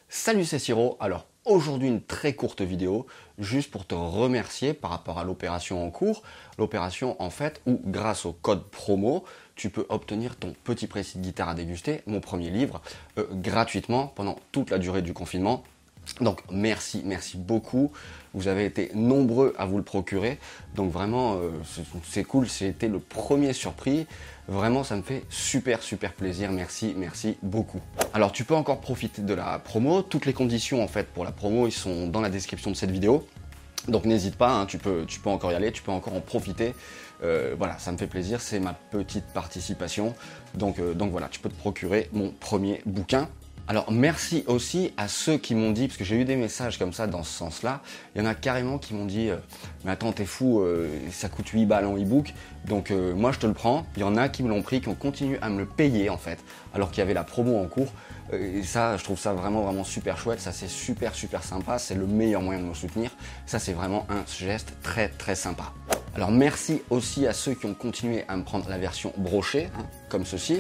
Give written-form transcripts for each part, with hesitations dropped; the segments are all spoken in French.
Salut, c'est Siro. Alors aujourd'hui une très courte vidéo juste pour te remercier par rapport à l'opération en cours. L'opération en fait où grâce au code promo tu peux obtenir ton petit précis de guitare à déguster, mon premier livre, gratuitement pendant toute la durée du confinement. Donc merci beaucoup. Vous avez été nombreux à vous le procurer. Donc vraiment, c'est cool. J'ai été le premier surpris. Vraiment, ça me fait super plaisir. Merci beaucoup. Alors tu peux encore profiter de la promo. Toutes les conditions en fait pour la promo, ils sont dans la description de cette vidéo. Donc n'hésite pas, hein, tu peux encore y aller, tu peux encore en profiter. Voilà, ça me fait plaisir, c'est ma petite participation. Donc voilà, tu peux te procurer mon premier bouquin. Alors merci aussi à ceux qui m'ont dit, parce que j'ai eu des messages comme ça dans ce sens-là, il y en a carrément qui m'ont dit mais attends t'es fou, ça coûte 8 balles en e-book, donc moi je te le prends. Il y en a qui me l'ont pris, qui ont continué à me le payer en fait, alors qu'il y avait la promo en cours. Et ça, je trouve ça vraiment super chouette, ça c'est super sympa, c'est le meilleur moyen de me soutenir. Ça c'est vraiment un geste très sympa. Alors merci aussi à ceux qui ont continué à me prendre la version brochée, hein, comme ceci.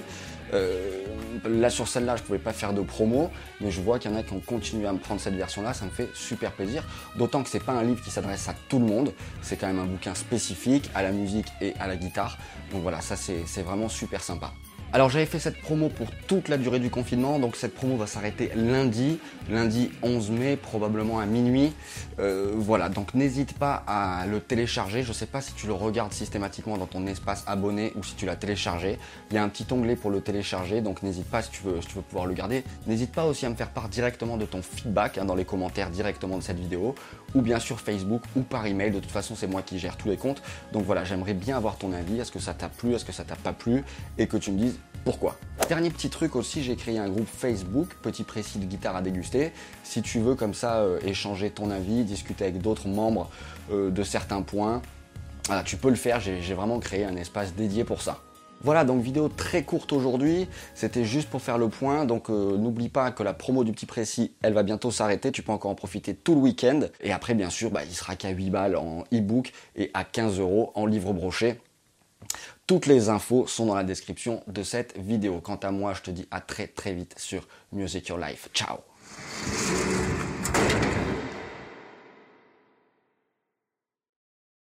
Là sur celle-là je ne pouvais pas faire de promo, mais je vois qu'il y en a qui ont continué à me prendre cette version-là, ça me fait super plaisir. D'autant que c'est pas un livre qui s'adresse à tout le monde, c'est quand même un bouquin spécifique à la musique et à la guitare. Donc voilà, ça c'est vraiment super sympa. Alors j'avais fait cette promo pour toute la durée du confinement, donc cette promo va s'arrêter lundi 11 mai, probablement à minuit. Voilà, donc n'hésite pas à le télécharger. Je ne sais pas si tu le regardes systématiquement dans ton espace abonné ou si tu l'as téléchargé. Il y a un petit onglet pour le télécharger, donc n'hésite pas si tu veux pouvoir le garder. N'hésite pas aussi à me faire part directement de ton feedback dans les commentaires directement de cette vidéo, ou bien sur Facebook ou par email. De toute façon, c'est moi qui gère tous les comptes. Donc voilà, j'aimerais bien avoir ton avis. Est-ce que ça t'a plu, est-ce que ça t'a pas plu, et que tu me dises pourquoi. Dernier petit truc aussi, j'ai créé un groupe Facebook, petit précis de guitare à déguster. Si tu veux comme ça échanger ton avis, discuter avec d'autres membres de certains points, voilà, tu peux le faire. J'ai vraiment créé un espace dédié pour ça. Voilà, donc vidéo très courte aujourd'hui, c'était juste pour faire le point, donc n'oublie pas que la promo du petit précis, elle va bientôt s'arrêter, tu peux encore en profiter tout le week-end, et après bien sûr, il sera qu'à 8 balles en e-book et à 15 € en livre broché. Toutes les infos sont dans la description de cette vidéo. Quant à moi, je te dis à très vite sur Music Your Life. Ciao!